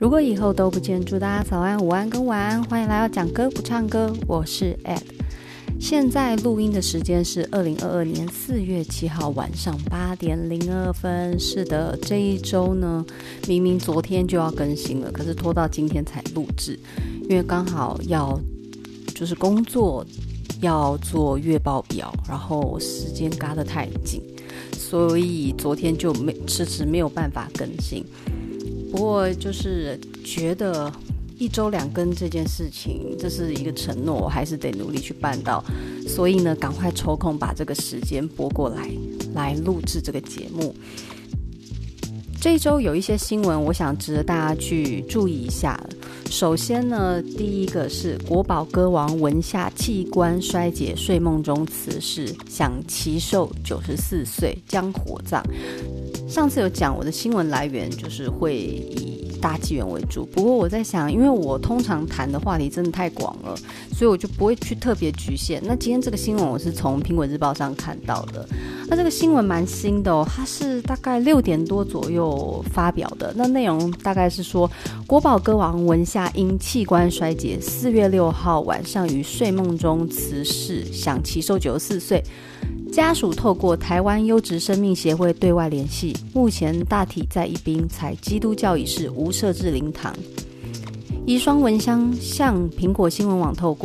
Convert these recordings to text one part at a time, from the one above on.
如果以后都不见，祝大家早安、午安跟晚安。欢迎来到讲歌不唱歌，我是 Ed。现在录音的时间是2022年4月7号晚上8点02分。是的，这一周呢，明明昨天就要更新了，可是拖到今天才录制，因为刚好要就是工作要做月报表，然后时间嘎得太紧，所以昨天就迟迟没有办法更新。不过就是觉得1周2更这件事情，这是一个承诺，我还是得努力去办到。所以呢，赶快抽空把这个时间拨过来录制这个节目。这一周有一些新闻，我想值得大家去注意一下。首先呢，第一个是国宝歌王文夏器官衰竭睡梦中辞世，享其寿94岁，将火葬。上次有讲我的新闻来源就是会以大纪元为主，不过我在想，因为我通常谈的话题真的太广了，所以我就不会去特别局限。那今天这个新闻我是从苹果日报上看到的，那这个新闻蛮新的哦，它是大概6点多左右发表的。那内容大概是说，国宝歌王文夏因器官衰竭4月6号晚上于睡梦中辞世，享其寿94岁。家属透过台湾优质生命协会对外联系，目前大体在一滨采基督教仪式，无设置灵堂。遗孀文香向苹果新闻网透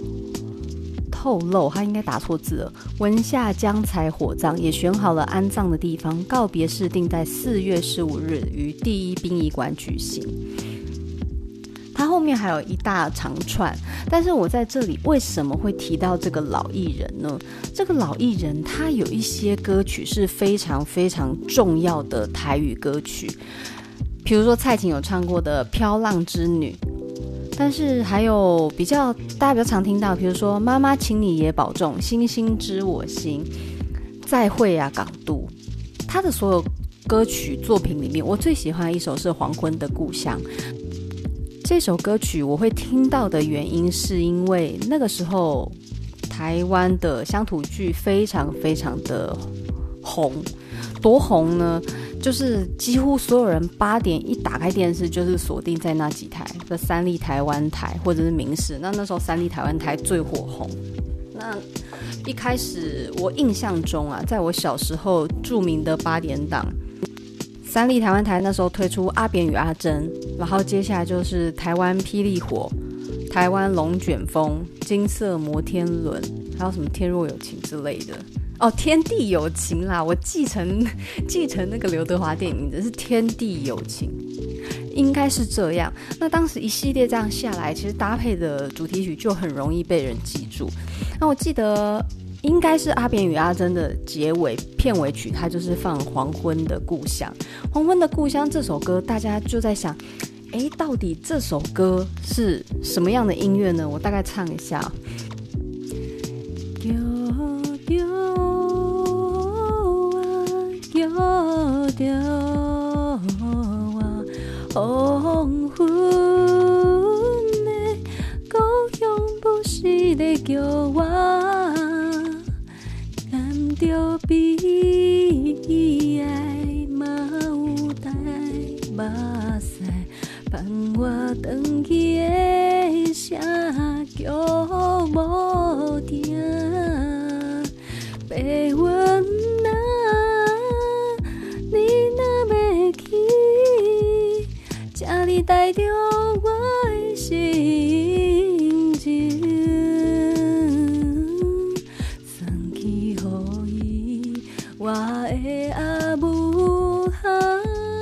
露，他应该打错字了，文夏将采火葬，也选好了安葬的地方，告别式定在4月15日于第一殡仪馆举行。他后面还有一大长串，但是我在这里为什么会提到这个老艺人呢？这个老艺人他有一些歌曲是非常非常重要的台语歌曲，比如说蔡琴有唱过的《飘浪之女》，但是还有大家比较常听到，比如说妈妈请你也保重，星星知我心，再会啊港都。他的所有歌曲作品里面，我最喜欢的一首是《黄昏的故乡》。这首歌曲我会听到的原因是因为那个时候台湾的乡土剧非常非常的红，多红呢？就是几乎所有人8点一打开电视就是锁定在那几台的三立台湾台或者是民视，那时候三立台湾台最火红。那一开始我印象中啊，在我小时候著名的8点档，三立台湾台那时候推出阿扁与阿珍，然后接下来就是台湾霹雳火、台湾龙卷风、金色摩天轮，还有什么天若有情之类的。哦，天地有情啦，我继承那个刘德华电影的是天地有情，应该是这样。那当时一系列这样下来，其实搭配的主题曲就很容易被人记住。那我记得应该是阿扁与阿珍的结尾片尾曲，它就是放《黄昏的故乡》。《黄昏的故乡》这首歌，大家就在想，到底这首歌是什么样的音乐呢？我大概唱一下。叫啊黄昏的故乡不是在叫我，甘着悲哀嘛有带目屎，伴我回去的声叫无停，白云啊，你若要去，请你带着我的心情，送去予伊，我的阿母哈，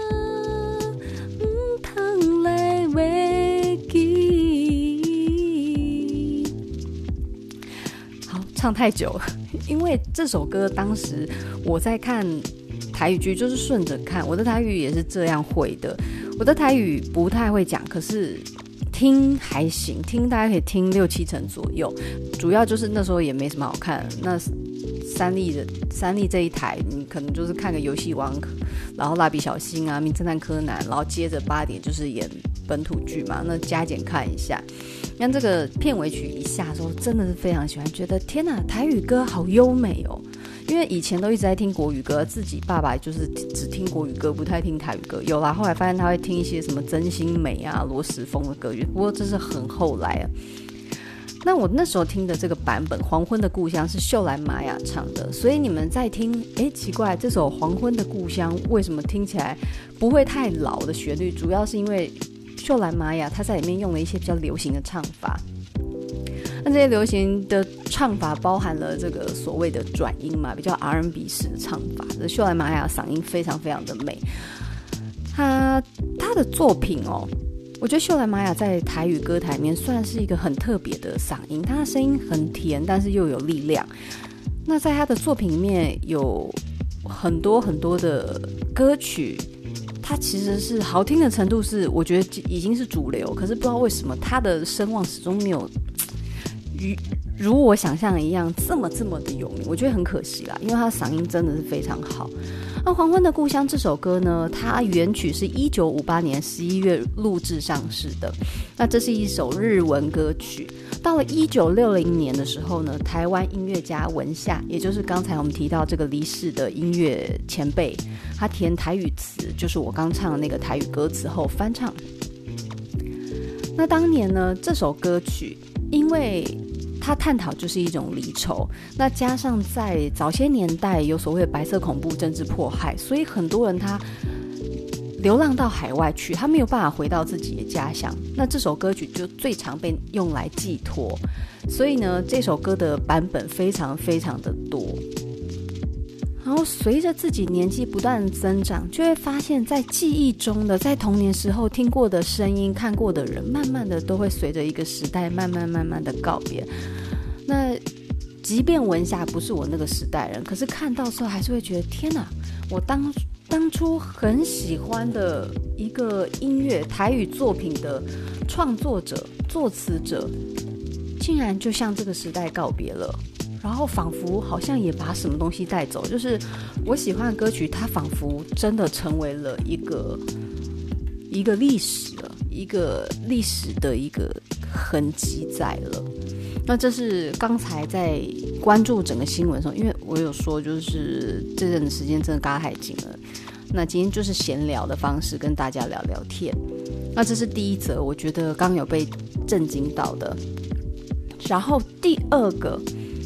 唔通来袂记。好，唱太久了，因为这首歌当时我在看台语剧，就是顺着看，我的台语也是这样会的。我的台语不太会讲，可是听还行，听大概可以听6-7成左右。主要就是那时候也没什么好看，那三立这一台，你可能就是看个游戏王，然后蜡笔小新啊、名侦探柯南，然后接着8点就是演本土剧嘛，那加减看一下。那这个片尾曲一下的时候，真的是非常喜欢，觉得天哪，台语歌好优美哦。 因为以前都一直在听国语歌，自己爸爸就是只听国语歌，不太听台语歌。有啦，后来发现他会听一些什么曾心美啊、罗时丰的歌，不过这是很后来啊。那我那时候听的这个版本《黄昏的故乡》是秀兰玛雅唱的，所以你们在听，奇怪，这首《黄昏的故乡》为什么听起来不会太老的旋律？主要是因为秀兰玛雅她在里面用了一些比较流行的唱法，那这些流行的唱法包含了这个所谓的转音嘛，比较 R&B 式的唱法。秀兰玛雅嗓音非常非常的美，她的作品我觉得秀兰玛雅在台语歌坛里面算是一个很特别的嗓音，她的声音很甜，但是又有力量。那在她的作品里面有很多很多的歌曲，它其实是好听的程度是我觉得已经是主流，可是不知道为什么她的声望始终没有如我想象一样这么的有名，我觉得很可惜啦，因为她的嗓音真的是非常好。那《黄昏的故乡》这首歌呢，它原曲是1958年11月录制上市的，那这是一首日文歌曲。到了1960年的时候呢，台湾音乐家文夏，也就是刚才我们提到这个离世的音乐前辈，他填台语词，就是我刚唱的那个台语歌词后翻唱。那当年呢，这首歌曲因为它探讨就是一种离愁，那加上在早些年代有所谓的白色恐怖、政治迫害，所以很多人他流浪到海外去，他没有办法回到自己的家乡，那这首歌曲就最常被用来寄托，所以呢，这首歌的版本非常非常的多。然后随着自己年纪不断增长，就会发现在记忆中的，在童年时候听过的声音、看过的人，慢慢的都会随着一个时代慢慢的告别。那即便文夏不是我那个时代人，可是看到的时候还是会觉得天哪，我当初很喜欢的一个音乐台语作品的创作者、作词者，竟然就向这个时代告别了。然后仿佛好像也把什么东西带走，就是我喜欢的歌曲，它仿佛真的成为了一个历史了，一个历史的一个痕迹在了。那这是刚才在关注整个新闻的时候，因为我有说就是这阵时间真的嘎太紧了，那今天就是闲聊的方式跟大家聊聊天。那这是第一则我觉得刚有被震惊到的。然后第二个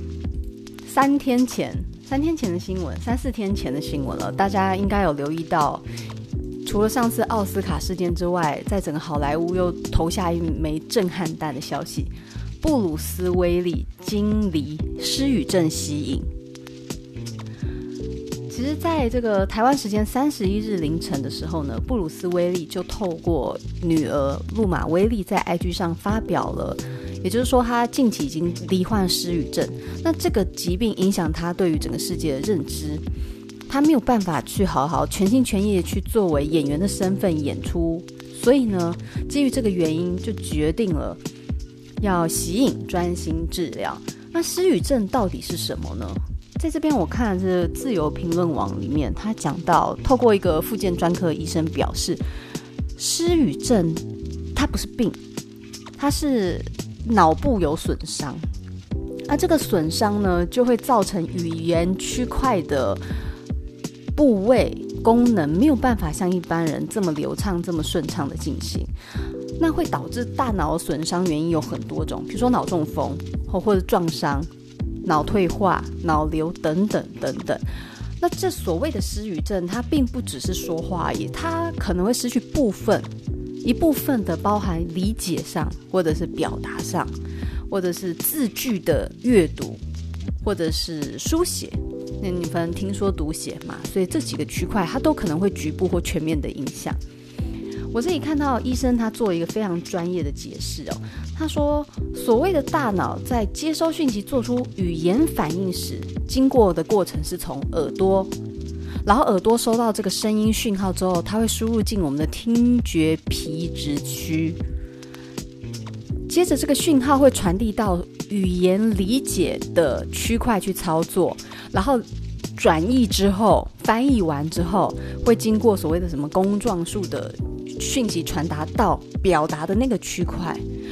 3天前的新闻，3、4天前的新闻了，大家应该有留意到，除了上次奥斯卡事件之外，在整个好莱坞又投下一枚震撼弹的消息，布鲁斯威利经离失语症息影。其实在这个台湾时间31日凌晨的时候呢，布鲁斯威利就透过女儿露玛威利在 IG 上发表了，也就是说他近期已经罹患失语症，那这个疾病影响他对于整个世界的认知，他没有办法去好好全心全意的去作为演员的身份演出，所以呢，基于这个原因就决定了要息影专心治疗。那失语症到底是什么呢？在这边我看的是自由评论网里面，他讲到透过一个复健专科医生表示，失语症它不是病，它是脑部有损伤，那这个损伤呢，就会造成语言区块的部位功能没有办法像一般人这么流畅、这么顺畅的进行。那会导致大脑损伤原因有很多种，比如说脑中风或者撞伤、脑退化、脑瘤等等等等。那这所谓的失语症，它并不只是说话而已，它可能会失去一部分的包含理解上，或者是表达上，或者是字句的阅读，或者是书写。那你们听说读写嘛？所以这几个区块它都可能会局部或全面的影响。我这里看到医生他做一个非常专业的解释哦，他说所谓的大脑在接收讯息做出语言反应时，经过的过程是从耳朵，然后耳朵收到这个声音讯号之后，它会输入进我们的听觉皮质区，接着这个讯号会传递到语言理解的区块去操作，然后转译之后，翻译完之后，会经过所谓的什么弓状数的讯息传达到表达的那个区块，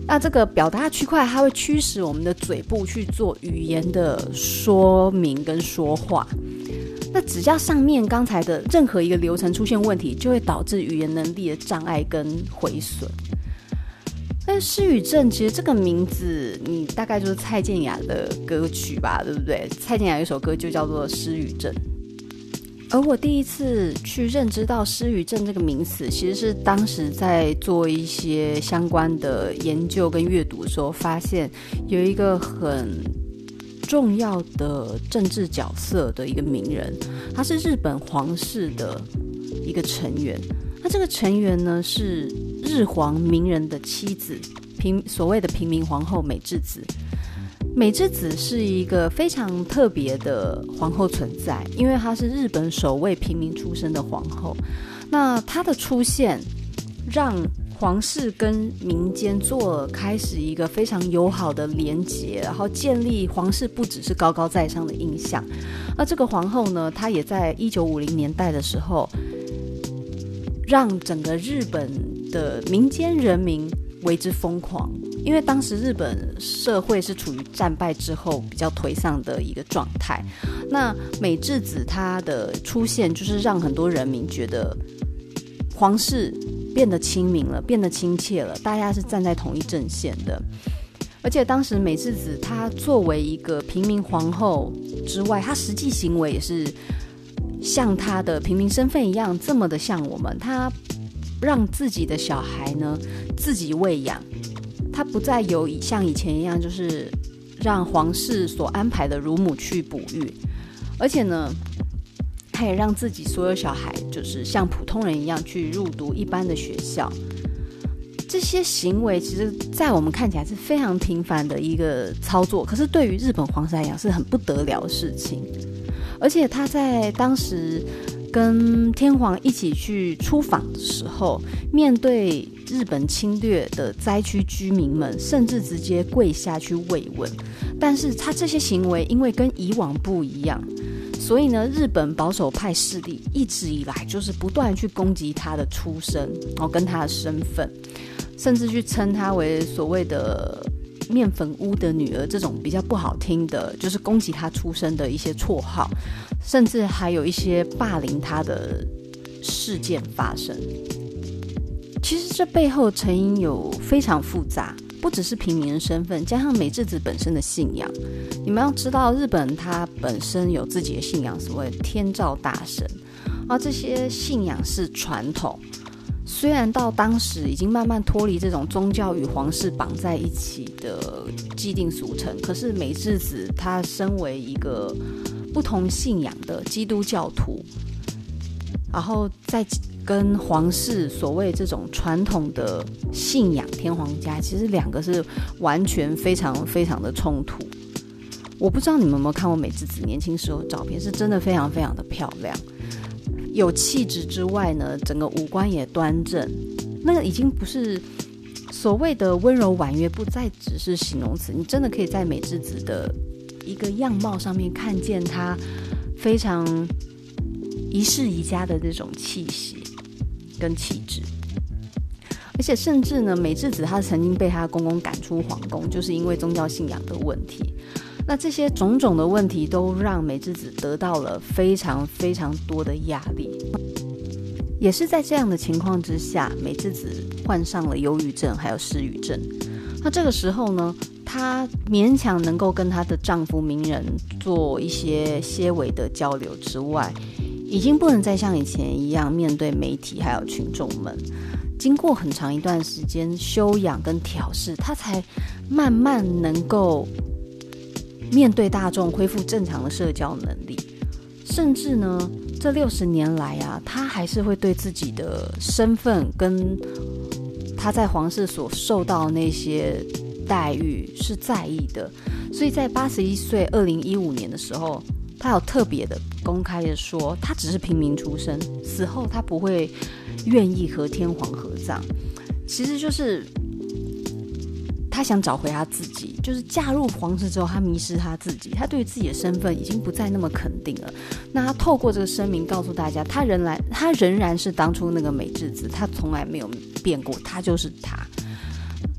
那这个表达区块它会驱使我们的嘴部去做语言的说明跟说话。那只要上面刚才的任何一个流程出现问题，就会导致语言能力的障碍跟毁损。但失语症其实这个名字你大概就是蔡健雅的歌曲吧，对不对？蔡健雅有一首歌就叫做失语症。而我第一次去认知到失语症这个名词，其实是当时在做一些相关的研究跟阅读的时候，发现有一个很重要的政治角色的一个名人，他是日本皇室的一个成员。那这个成员呢是日皇明仁的妻子，所谓的平民皇后美智子。美智子是一个非常特别的皇后存在，因为她是日本首位平民出身的皇后。那她的出现让皇室跟民间开始一个非常友好的连结，然后建立皇室不只是高高在上的印象。而这个皇后呢，她也在1950年代的时候，让整个日本的民间人民为之疯狂。因为当时日本社会是处于战败之后比较颓丧的一个状态，那美智子她的出现就是让很多人民觉得皇室变得亲民了，变得亲切了，大家是站在同一阵线的。而且当时美智子她作为一个平民皇后之外，她实际行为也是像她的平民身份一样这么的像我们，她让自己的小孩呢自己喂养，他不再有像以前一样就是让皇室所安排的乳母去哺育，而且呢他也让自己所有小孩就是像普通人一样去入读一般的学校。这些行为其实在我们看起来是非常平凡的一个操作，可是对于日本皇室来讲是很不得了的事情。而且他在当时跟天皇一起去出访的时候，面对日本侵略的灾区居民们，甚至直接跪下去慰问。但是他这些行为因为跟以往不一样，所以呢，日本保守派势力一直以来就是不断去攻击他的出身，跟他的身份，甚至去称他为所谓的面粉屋的女儿，这种比较不好听的，就是攻击他出身的一些绰号，甚至还有一些霸凌他的事件发生。其实这背后成因有非常复杂，不只是平民的身份，加上美智子本身的信仰。你们要知道，日本它本身有自己的信仰，所谓天照大神，而这些信仰是传统。虽然到当时已经慢慢脱离这种宗教与皇室绑在一起的既定俗成，可是美智子她身为一个不同信仰的基督教徒，然后在跟皇室所谓这种传统的信仰天皇家，其实两个是完全非常非常的冲突。我不知道你们有没有看过美智子年轻时候的照片，是真的非常非常的漂亮，有气质之外呢，整个五官也端正，那个已经不是所谓的温柔婉约，不再只是形容词，你真的可以在美智子的一个样貌上面看见她非常宜室宜家的这种气息跟气质。而且甚至呢，美智子她曾经被她公公赶出皇宫，就是因为宗教信仰的问题。那这些种种的问题都让美智子得到了非常非常多的压力。也是在这样的情况之下，美智子患上了忧郁症还有失语症。那这个时候呢，她勉强能够跟她的丈夫明仁做一些些微的交流之外，已经不能再像以前一样面对媒体还有群众们。经过很长一段时间修养跟调试，她才慢慢能够面对大众，恢复正常的社交能力。甚至呢，这60年来啊，他还是会对自己的身份跟他在皇室所受到的那些待遇是在意的。所以在81岁2015年的时候，他有特别的公开的说，他只是平民出身，死后他不会愿意和天皇合葬。其实就是他想找回他自己，就是嫁入皇室之后，他迷失他自己，他对自己的身份已经不再那么肯定了。那他透过这个声明告诉大家，他仍然是当初那个美智子，他从来没有变过，他就是他。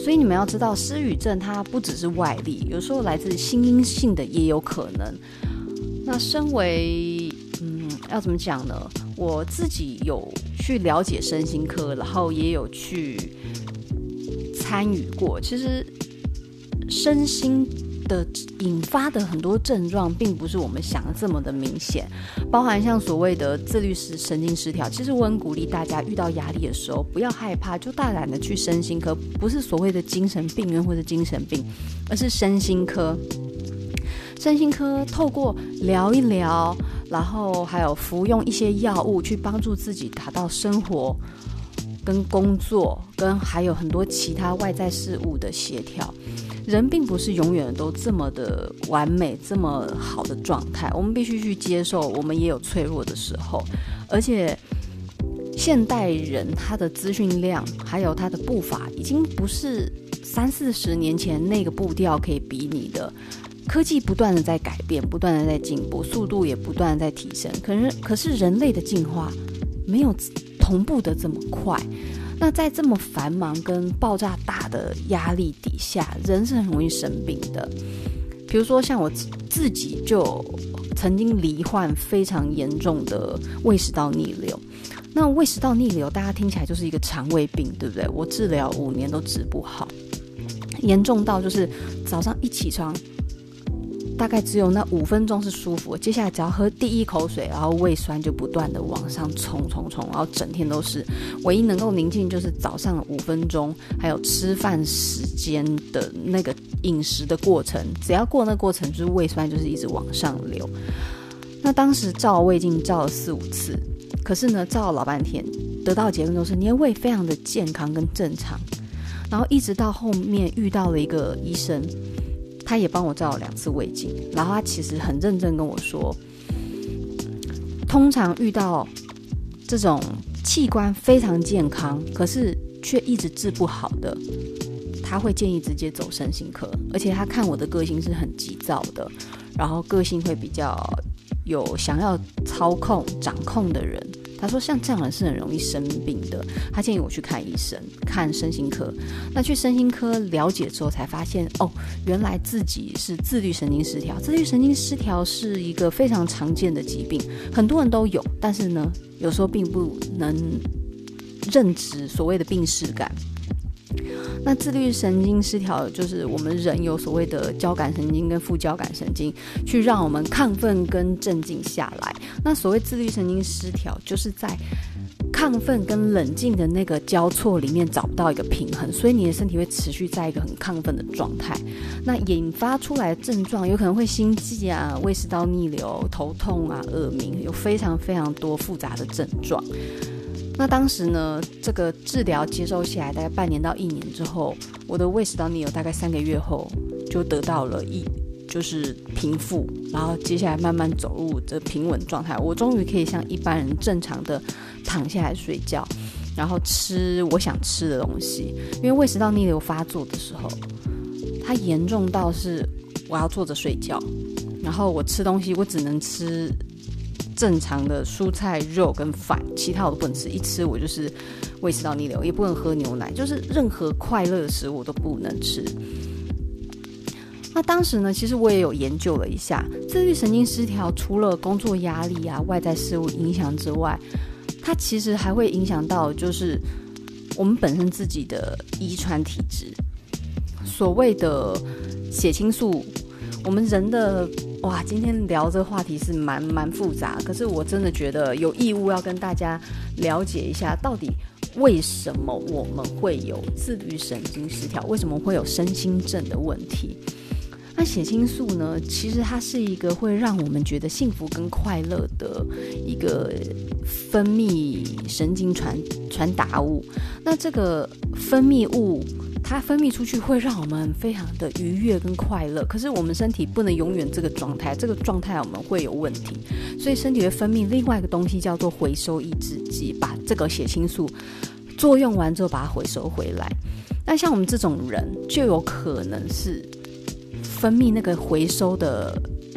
所以你们要知道，失语症它不只是外力，有时候来自心因性的也有可能。那身为要怎么讲呢？我自己有去了解身心科，然后也有去参与过。其实身心的引发的很多症状并不是我们想的这么的明显，包含像所谓的自律神经失调。其实我很鼓励大家遇到压力的时候不要害怕，就大胆的去身心科，不是所谓的精神病院或者精神病，而是身心科。身心科透过聊一聊，然后还有服用一些药物去帮助自己达到生活跟工作跟还有很多其他外在事物的协调。人并不是永远都这么的完美这么好的状态，我们必须去接受我们也有脆弱的时候。而且现代人他的资讯量还有他的步伐已经不是30-40年前那个步调可以比拟的。科技不断的在改变，不断的在进步，速度也不断的在提升，可是人类的进化没有同步的这么快。那在这么繁忙跟爆炸大的压力底下，人是很容易生病的。比如说像我自己就曾经罹患非常严重的胃食道逆流。那胃食道逆流大家听起来就是一个肠胃病，对不对？我治疗5年都治不好，严重到就是早上一起床大概只有那5分钟是舒服，接下来只要喝第一口水，然后胃酸就不断的往上冲，然后整天都是。唯一能够宁静就是早上5分钟，还有吃饭时间的那个饮食的过程，只要过那个过程，就是胃酸就是一直往上流。那当时照胃镜照了4-5次，可是呢照了老半天，得到的结论都是你的胃非常的健康跟正常。然后一直到后面遇到了一个医生，他也帮我照了2次胃镜，然后他其实很认真跟我说，通常遇到这种器官非常健康可是却一直治不好的，他会建议直接走身心科。而且他看我的个性是很急躁的，然后个性会比较有想要操控掌控的人，他说像这样的人是很容易生病的，他建议我去看医生，看身心科。那去身心科了解之后才发现，原来自己是自律神经失调。自律神经失调是一个非常常见的疾病，很多人都有，但是呢有时候并不能认知所谓的病识感。那自律神经失调就是我们人有所谓的交感神经跟副交感神经，去让我们亢奋跟镇静下来。那所谓自律神经失调，就是在亢奋跟冷静的那个交错里面找不到一个平衡，所以你的身体会持续在一个很亢奋的状态。那引发出来的症状有可能会心悸啊、胃食道逆流、头痛啊、耳鸣，有非常非常多复杂的症状。那当时呢，这个治疗接受下来大概半年到1年之后，我的胃食道逆流大概3个月后就得到了就是平复，然后接下来慢慢走入这平稳状态。我终于可以像一般人正常的躺下来睡觉，然后吃我想吃的东西。因为胃食道逆流发作的时候，它严重到是我要坐着睡觉，然后我吃东西我只能吃正常的蔬菜肉跟饭，其他我都不能吃，一吃我就是胃食道逆流，也不能喝牛奶，就是任何快乐的食物我都不能吃。那当时呢，其实我也有研究了一下，自律神经失调除了工作压力啊、外在事物影响之外，它其实还会影响到就是我们本身自己的遗传体质。所谓的血清素，我们人的今天聊这个话题是蛮复杂，可是我真的觉得有义务要跟大家了解一下，到底为什么我们会有自律神经失调，为什么会有身心症的问题。那血清素呢，其实它是一个会让我们觉得幸福跟快乐的一个分泌神经传达物。那这个分泌物它分泌出去会让我们非常的愉悦跟快乐，可是我们身体不能永远这个状态，这个状态我们会有问题，所以身体会分泌另外一个东西叫做回收抑制剂，把这个血清素作用完之后把它回收回来。那像我们这种人就有可能是分泌那个回收的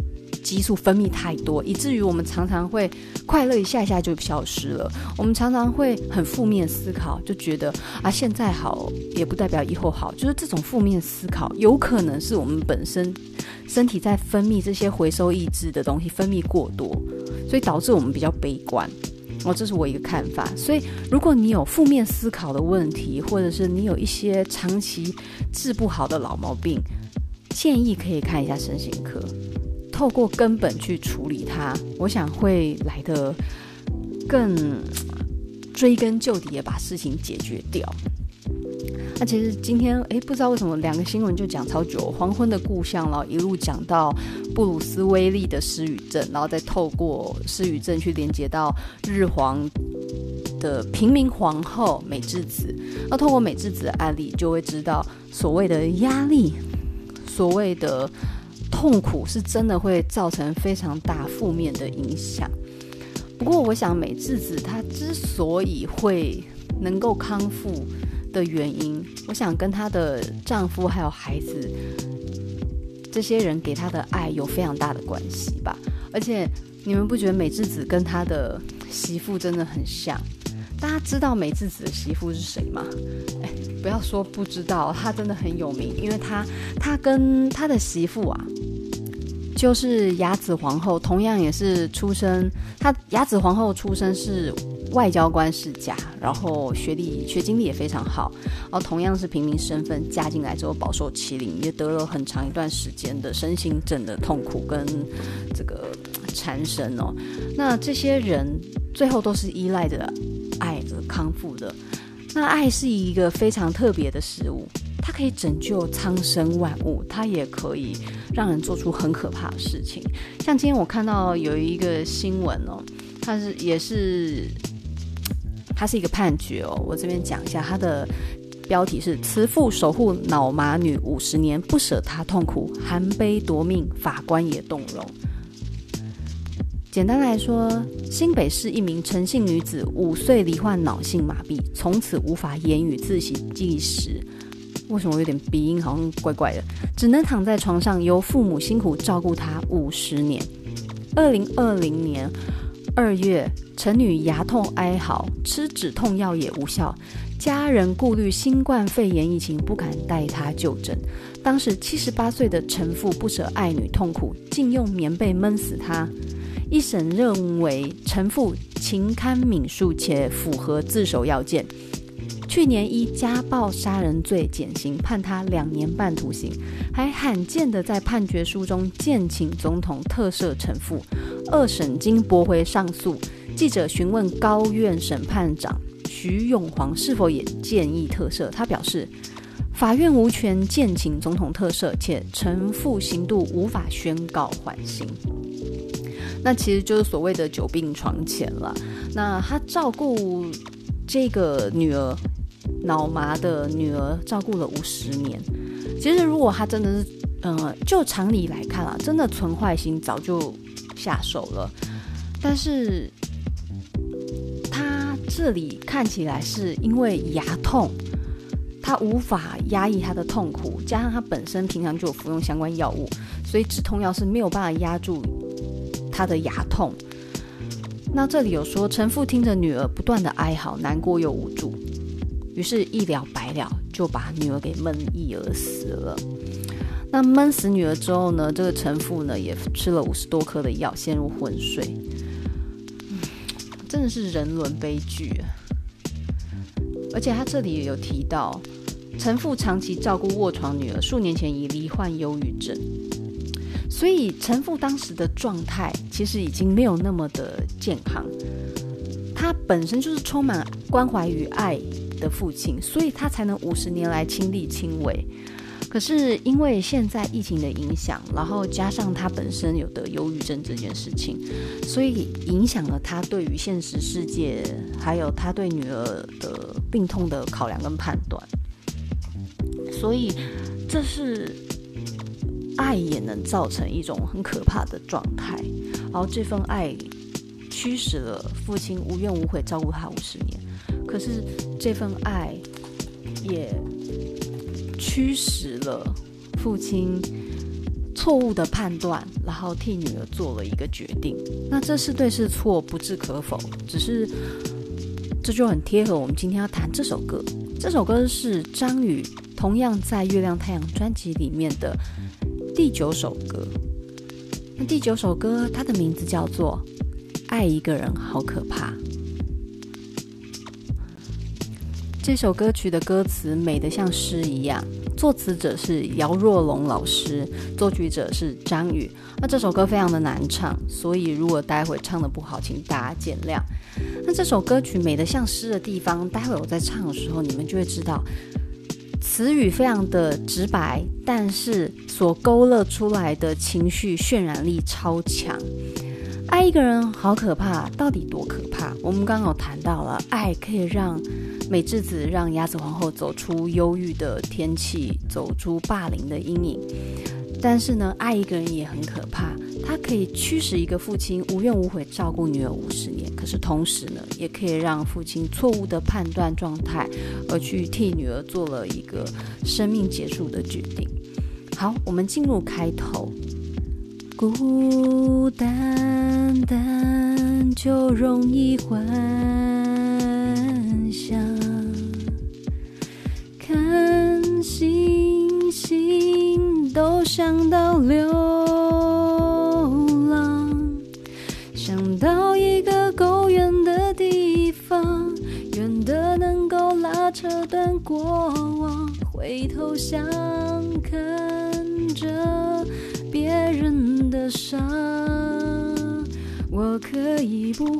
激素分泌太多，以至于我们常常会快乐一下一下就消失了。我们常常会很负面思考，就觉得现在好也不代表以后好，就是这种负面思考有可能是我们本身身体在分泌这些回收抑制的东西分泌过多，所以导致我们比较悲观。这是我一个看法。所以如果你有负面思考的问题，或者是你有一些长期治不好的老毛病，建议可以看一下身心科，透过根本去处理它，我想会来得更追根究底的把事情解决掉。那其实今天不知道为什么2个新闻就讲超久，黄昏的故乡，然后一路讲到布鲁斯威利的失语症，然后再透过失语症去连接到日皇的平民皇后美智子。那透过美智子的案例，就会知道所谓的压力，所谓的痛苦是真的会造成非常大负面的影响。不过我想美智子她之所以会能够康复的原因，我想跟她的丈夫还有孩子这些人给她的爱有非常大的关系吧。而且你们不觉得美智子跟她的媳妇真的很像？大家知道美智子的媳妇是谁吗？不要说不知道，她真的很有名，因为她跟她的媳妇就是雅子皇后，同样也是出身，雅子皇后出身是外交官世家，然后学经历也非常好，然后同样是平民身份，嫁进来之后饱受欺凌，也得了很长一段时间的身心症的痛苦跟这个缠身那这些人最后都是依赖着爱而康复的。那爱是一个非常特别的事物，它可以拯救苍生万物，它也可以让人做出很可怕的事情。像今天我看到有一个新闻它是一个判决我这边讲一下，它的标题是慈父守护脑麻女50年，不舍她痛苦，含悲夺命，法官也动容。简单来说，新北市一名陈姓女子5岁罹患脑性麻痹，从此无法言语自习计时。为什么有点鼻音，好像怪怪的？只能躺在床上，由父母辛苦照顾她50年。2020年2月，陈女牙痛哀嚎，吃止痛药也无效，家人顾虑新冠肺炎疫情，不敢带她就诊。当时78岁的陈父不舍爱女痛苦，竟用棉被闷死她。一审认为陈父情堪悯恕且符合自首要件，去年依家暴杀人罪减刑，判他2年半徒刑，还罕见的在判决书中建请总统特赦陈父。2审经驳回上诉，记者询问高院审判长徐永煌是否也建议特赦，他表示法院无权建请总统特赦，且陈父刑度无法宣告缓刑。那其实就是所谓的久病床前了。那他照顾这个女儿，脑麻的女儿，照顾了50年。其实如果他真的是就常理来看真的存坏心早就下手了。但是他这里看起来是因为牙痛，他无法压抑他的痛苦，加上他本身平常就有服用相关药物，所以止痛药是没有办法压住他的牙痛。那这里有说陈父听着女儿不断的哀嚎，难过又无助，于是一了百了，就把女儿给闷缢而死了。那闷死女儿之后呢，这个陈父呢也吃了50多颗的药，陷入昏睡。真的是人伦悲剧。而且他这里也有提到，陈父长期照顾卧床女儿，数年前已罹患忧郁症。所以陈父当时的状态其实已经没有那么的健康，他本身就是充满关怀与爱的父亲，所以他才能50年来亲力亲为。可是因为现在疫情的影响，然后加上他本身有得忧郁症这件事情，所以影响了他对于现实世界还有他对女儿的病痛的考量跟判断。所以这是爱也能造成一种很可怕的状态，然后这份爱驱使了父亲无怨无悔照顾他50年，可是这份爱也驱使了父亲错误的判断，然后替女儿做了一个决定。那这是对是错不置可否，只是这就很贴合我们今天要谈这首歌。这首歌是张宇同样在月亮太阳专辑里面的第9首歌。那第9首歌它的名字叫做爱一个人好可怕。这首歌曲的歌词美得像诗一样，作词者是姚若龙老师，作曲者是张宇。那这首歌非常的难唱，所以如果待会唱得不好，请大家见谅。那这首歌曲美得像诗的地方，待会我在唱的时候，你们就会知道，词语非常的直白，但是所勾勒出来的情绪渲染力超强。爱一个人好可怕，到底多可怕？我们刚刚有谈到了，爱可以让美智子、让鸭子皇后走出忧郁的天气，走出霸凌的阴影。但是呢，爱一个人也很可怕，它可以驱使一个父亲无怨无悔照顾女儿50年，可是同时呢，也可以让父亲错误的判断状态，而去替女儿做了一个生命结束的决定。好，我们进入开头。孤单单就容易幻想，看星星都想到流浪，想到一个够远的地方，远的能够拉扯断过往，回头想看着别人的伤，我可以不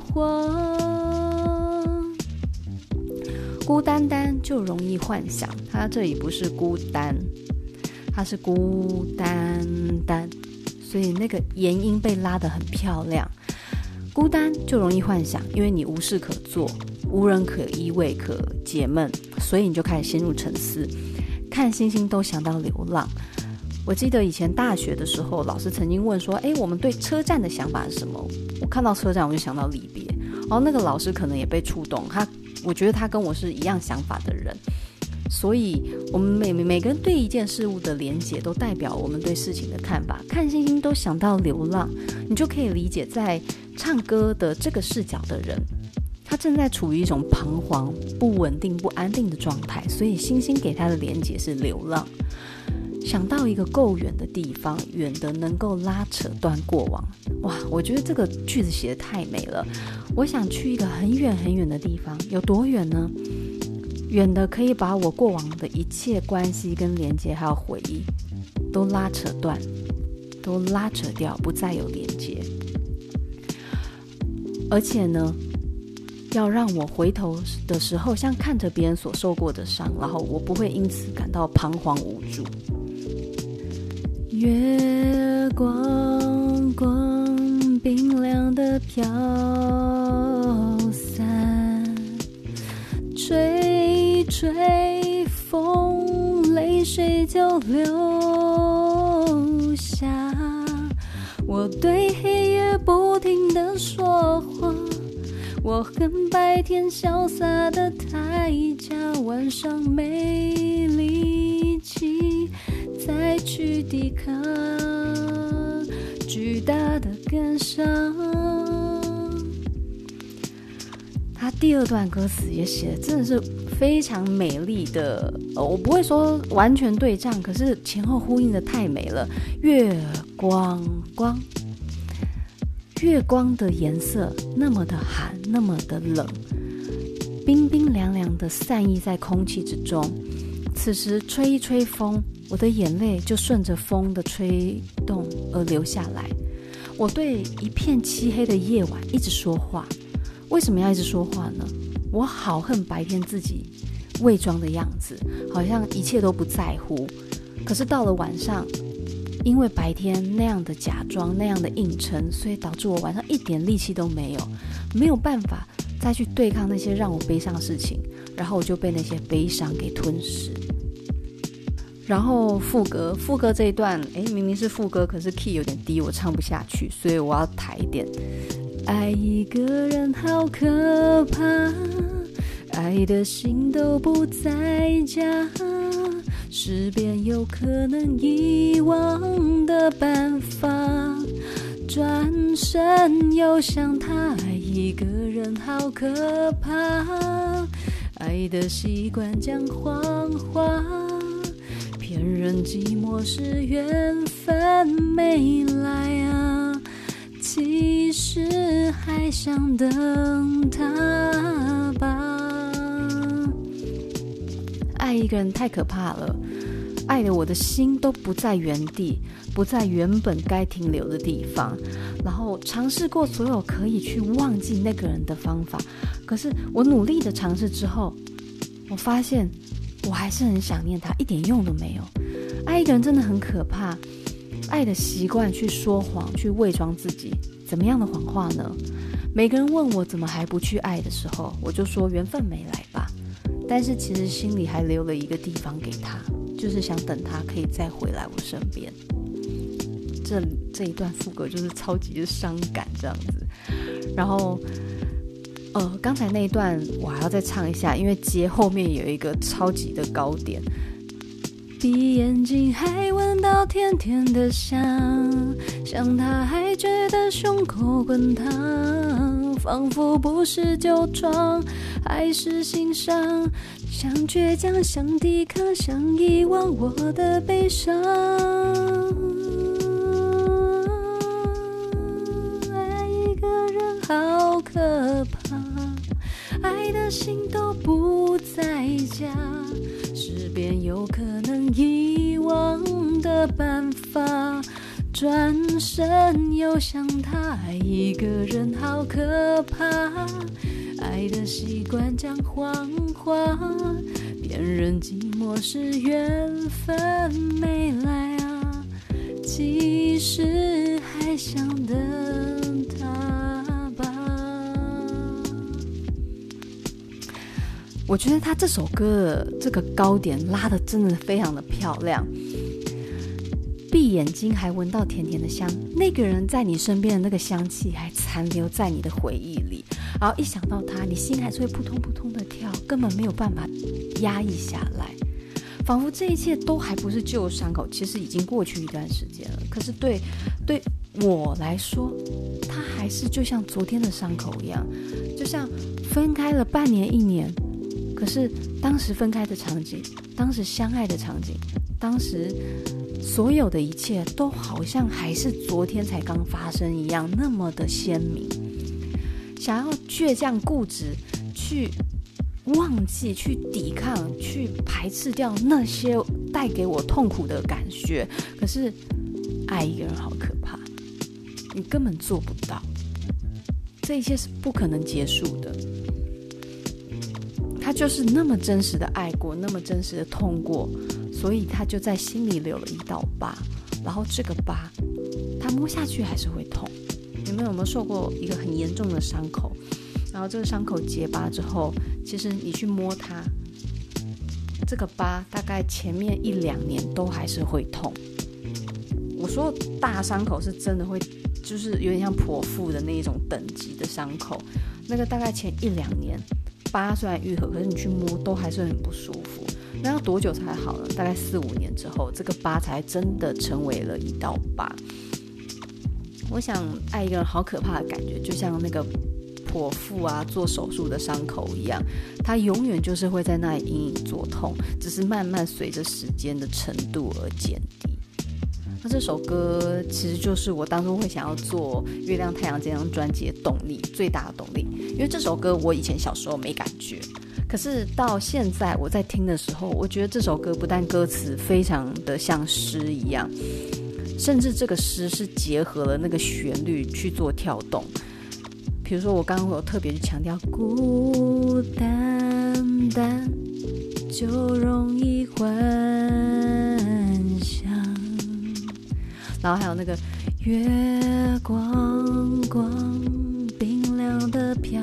慌。孤单单就容易幻想，它这里不是孤单，它是孤单单，所以那个延音被拉得很漂亮。孤单就容易幻想，因为你无事可做，无人可依偎可解闷，所以你就开始陷入沉思，看星星都想到流浪。我记得以前大学的时候，老师曾经问说，我们对车站的想法是什么？我看到车站我就想到离别，然后那个老师可能也被触动，我觉得他跟我是一样想法的人，所以我们每个人对一件事物的连结都代表我们对事情的看法。看星星都想到流浪，你就可以理解在唱歌的这个视角的人，他正在处于一种彷徨、不稳定、不安定的状态，所以星星给他的连结是流浪。想到一个够远的地方，远的能够拉扯断过往。哇，我觉得这个句子写得太美了。我想去一个很远很远的地方，有多远呢？远的可以把我过往的一切关系跟连接还有回忆都拉扯断，都拉扯掉，不再有连接。而且呢，要让我回头的时候像看着别人所受过的伤，然后我不会因此感到彷徨无助。月光光冰凉的飘散，吹吹风，泪水就流下。我对黑夜不停地说谎，我恨白天潇洒的太假，晚上没力气再去抵抗巨大的感伤。他第2段歌词也写的真的是非常美丽的，我不会说完全对仗，可是前后呼应的太美了。月光光，月光的颜色那么的寒，那么的冷，冰冰凉凉的散逸在空气之中。此时吹一吹风，我的眼泪就顺着风的吹动而流下来。我对一片漆黑的夜晚一直说话。为什么要一直说话呢？我好恨白天自己伪装的样子，好像一切都不在乎。可是到了晚上，因为白天那样的假装，那样的硬撑，所以导致我晚上一点力气都没有，没有办法再去对抗那些让我悲伤的事情，然后我就被那些悲伤给吞噬。然后副歌这一段，明明是副歌，可是 key 有点低，我唱不下去，所以我要抬一点。爱一个人好可怕，爱的心都不在家，识别有可能遗忘的伴身又像他，爱一个人好可怕，爱的习惯讲谎话，骗人寂寞是缘分没来啊，其实还想等他吧。爱一个人太可怕了，爱的我的心都不在原地，不在原本该停留的地方，然后尝试过所有可以去忘记那个人的方法，可是我努力的尝试之后，我发现我还是很想念他，一点用都没有。爱一个人真的很可怕，爱的习惯去说谎，去伪装自己，怎么样的谎话呢？每个人问我怎么还不去爱的时候，我就说缘分没来吧，但是其实心里还留了一个地方给他，就是想等他可以再回来我身边。这一段副歌就是超级的伤感这样子。然后刚才那一段我还要再唱一下，因为接后面有一个超级的高点。闭眼睛还闻到甜甜的香，想他还觉得胸口滚烫，仿佛不是旧创，还是心伤，想倔强，想抵抗，想遗忘我的悲伤。爱一个人好可怕，爱的心都不在家，是便有可能遗忘的办法，转身又想他，爱一个人好可怕，爱的习惯讲谎话，骗人寂寞是缘分没来啊，其实还想等他吧。我觉得他这首歌的这个高点拉得真的非常的漂亮。闭眼睛还闻到甜甜的香，那个人在你身边的那个香气还残留在你的回忆里，然后一想到他，你心还是会扑通扑通的跳，根本没有办法压抑下来，仿佛这一切都还不是旧伤口，其实已经过去一段时间了，可是对我来说，它还是就像昨天的伤口一样，就像分开了半年1年，可是当时分开的场景，当时相爱的场景，当时所有的一切都好像还是昨天才刚发生一样，那么的鲜明。想要倔强固执去忘记，去抵抗，去排斥掉那些带给我痛苦的感觉，可是爱一个人好可怕，你根本做不到，这一切是不可能结束的。他就是那么真实的爱过，那么真实的痛过，所以他就在心里留了一道疤，然后这个疤他摸下去还是会痛。有没有受过一个很严重的伤口，然后这个伤口结疤之后，其实你去摸它，这个疤大概前面1-2年都还是会痛。我说大伤口是真的会，就是有点像剖腹的那一种等级的伤口，那个大概前1-2年疤虽然愈合，可是你去摸都还是很不舒服。那要多久才好呢？大概4-5年之后，这个疤才真的成为了一道疤。我想爱一个人好可怕的感觉，就像那个剖腹啊做手术的伤口一样，它永远就是会在那里隐隐作痛，只是慢慢随着时间的程度而减低。那这首歌其实就是我当初会想要做月亮太阳这张专辑的动力，最大的动力。因为这首歌我以前小时候没感觉，可是到现在我在听的时候，我觉得这首歌不但歌词非常的像诗一样，甚至这个诗是结合了那个旋律去做跳动。比如说我刚刚有特别去强调，孤单单就容易幻想，然后还有那个月光光冰凉的飘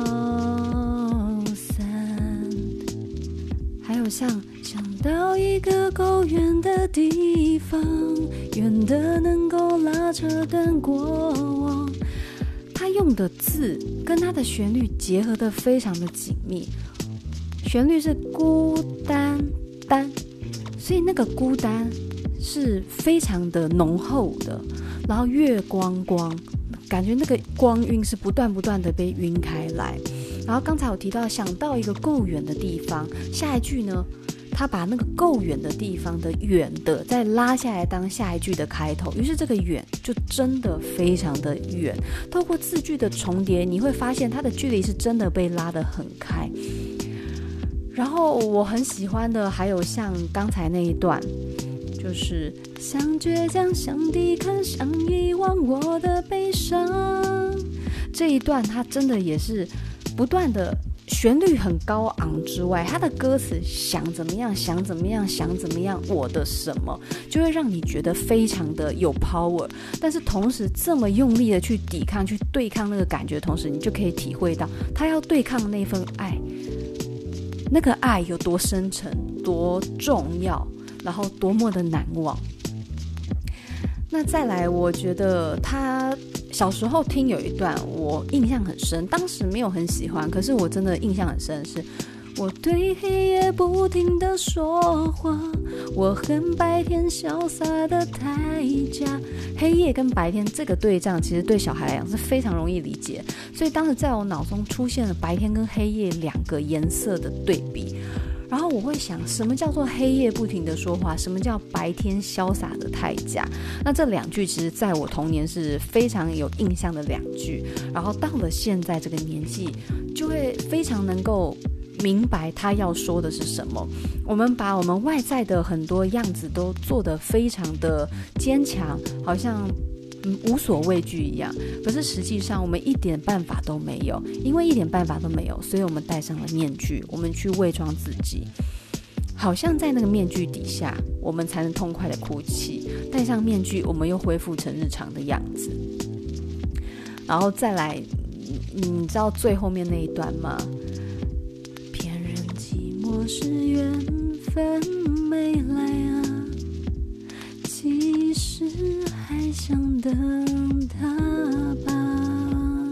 散，还有想到一个够远的地方，远的能够拉扯跟过往。他用的字跟他的旋律结合得非常的紧密，旋律是孤单单，所以那个孤单是非常的浓厚的，然后月光光感觉那个光晕是不断的被晕开来。然后刚才我提到想到一个够远的地方，下一句呢，他把那个够远的地方的远的再拉下来当下一句的开头，于是这个远就真的非常的远。透过字句的重叠，你会发现它的距离是真的被拉得很开。然后我很喜欢的还有像刚才那一段，就是想倔强，想抵抗，想遗忘我的悲伤，这一段它真的也是不断的旋律很高昂之外，它的歌词想怎么样想怎么样想怎么样我的什么，就会让你觉得非常的有 power。 但是同时这么用力的去抵抗去对抗那个感觉的同时，你就可以体会到他要对抗那份爱，那个爱有多深沉多重要，然后多么的难忘。那再来，我觉得他小时候听有一段我印象很深，当时没有很喜欢，可是我真的印象很深，是我对黑夜不停地说话，我恨白天潇洒的太假。黑夜跟白天这个对仗其实对小孩来讲是非常容易理解，所以当时在我脑中出现了白天跟黑夜两个颜色的对比。然后我会想，什么叫做黑夜不停的说话，什么叫白天潇洒的太假。那这两句其实在我童年是非常有印象的两句，然后到了现在这个年纪就会非常能够明白他要说的是什么。我们把我们外在的很多样子都做得非常的坚强，好像无所畏惧一样，可是实际上我们一点办法都没有，因为一点办法都没有，所以我们戴上了面具，我们去伪装自己，好像在那个面具底下我们才能痛快的哭泣，戴上面具我们又恢复成日常的样子。然后再来，你知道最后面那一段吗？骗人寂寞是缘分没来啊，其实还想等他吧。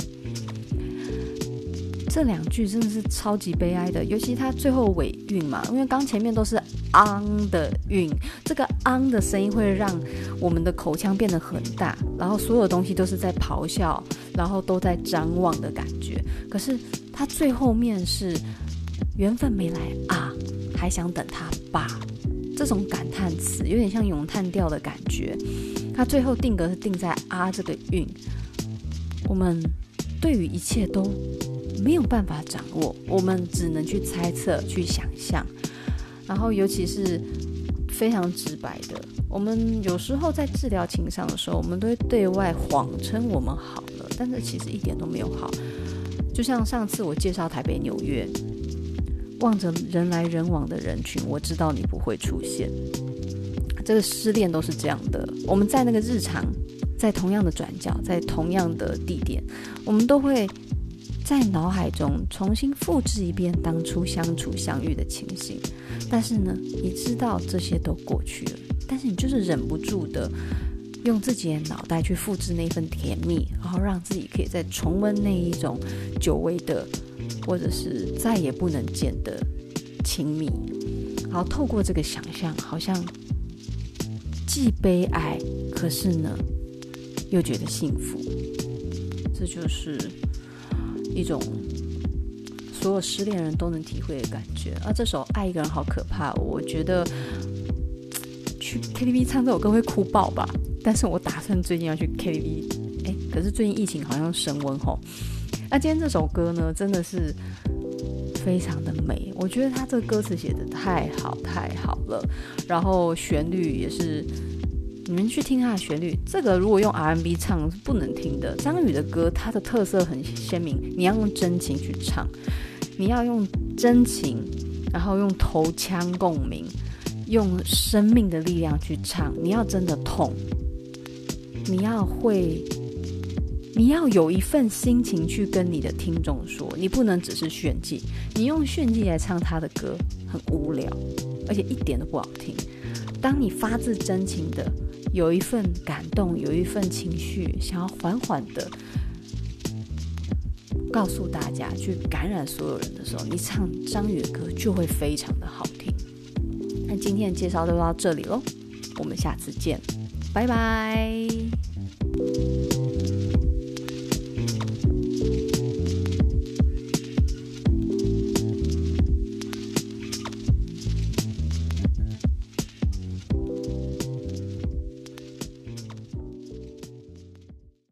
这两句真的是超级悲哀的，尤其他最后尾韵嘛，因为刚前面都是昂的韵，这个昂的声音会让我们的口腔变得很大，然后所有东西都是在咆哮，然后都在张望的感觉。可是他最后面是缘分没来啊，还想等他吧，这种感叹词有点像咏叹调的感觉。他最后定格是定在啊这个韵，我们对于一切都没有办法掌握，我们只能去猜测去想象。然后尤其是非常直白的，我们有时候在治疗情伤的时候，我们都会对外谎称我们好了，但是其实一点都没有好。就像上次我介绍台北纽约，望着人来人往的人群，我知道你不会出现。这个失恋都是这样的，我们在那个日常，在同样的转角，在同样的地点，我们都会在脑海中重新复制一遍当初相处相遇的情形。但是呢，你知道这些都过去了，但是你就是忍不住的用自己的脑袋去复制那份甜蜜，然后让自己可以再重温那一种久违的或者是再也不能见的亲密。然后透过这个想象，好像既悲哀，可是呢又觉得幸福。这就是一种所有失恋人都能体会的感觉。这首《爱一个人好可怕》，我觉得去 KTV 唱这首歌会哭爆吧，但是我打算最近要去 KTV， 可是最近疫情好像升温吼。那今天这首歌呢，真的是非常的美，我觉得他这个歌词写得太好太好了，然后旋律也是，你们去听他的旋律，这个如果用 R&B 唱是不能听的。张宇的歌它的特色很鲜明，你要用真情去唱，你要用真情，然后用头腔共鸣，用生命的力量去唱，你要真的痛，你要有一份心情去跟你的听众说，你不能只是炫技，你用炫技来唱他的歌很无聊，而且一点都不好听。当你发自真情的有一份感动，有一份情绪，想要缓缓的告诉大家，去感染所有人的时候，你唱张宇的歌就会非常的好听。那今天的介绍就到这里咯，我们下次见，拜拜。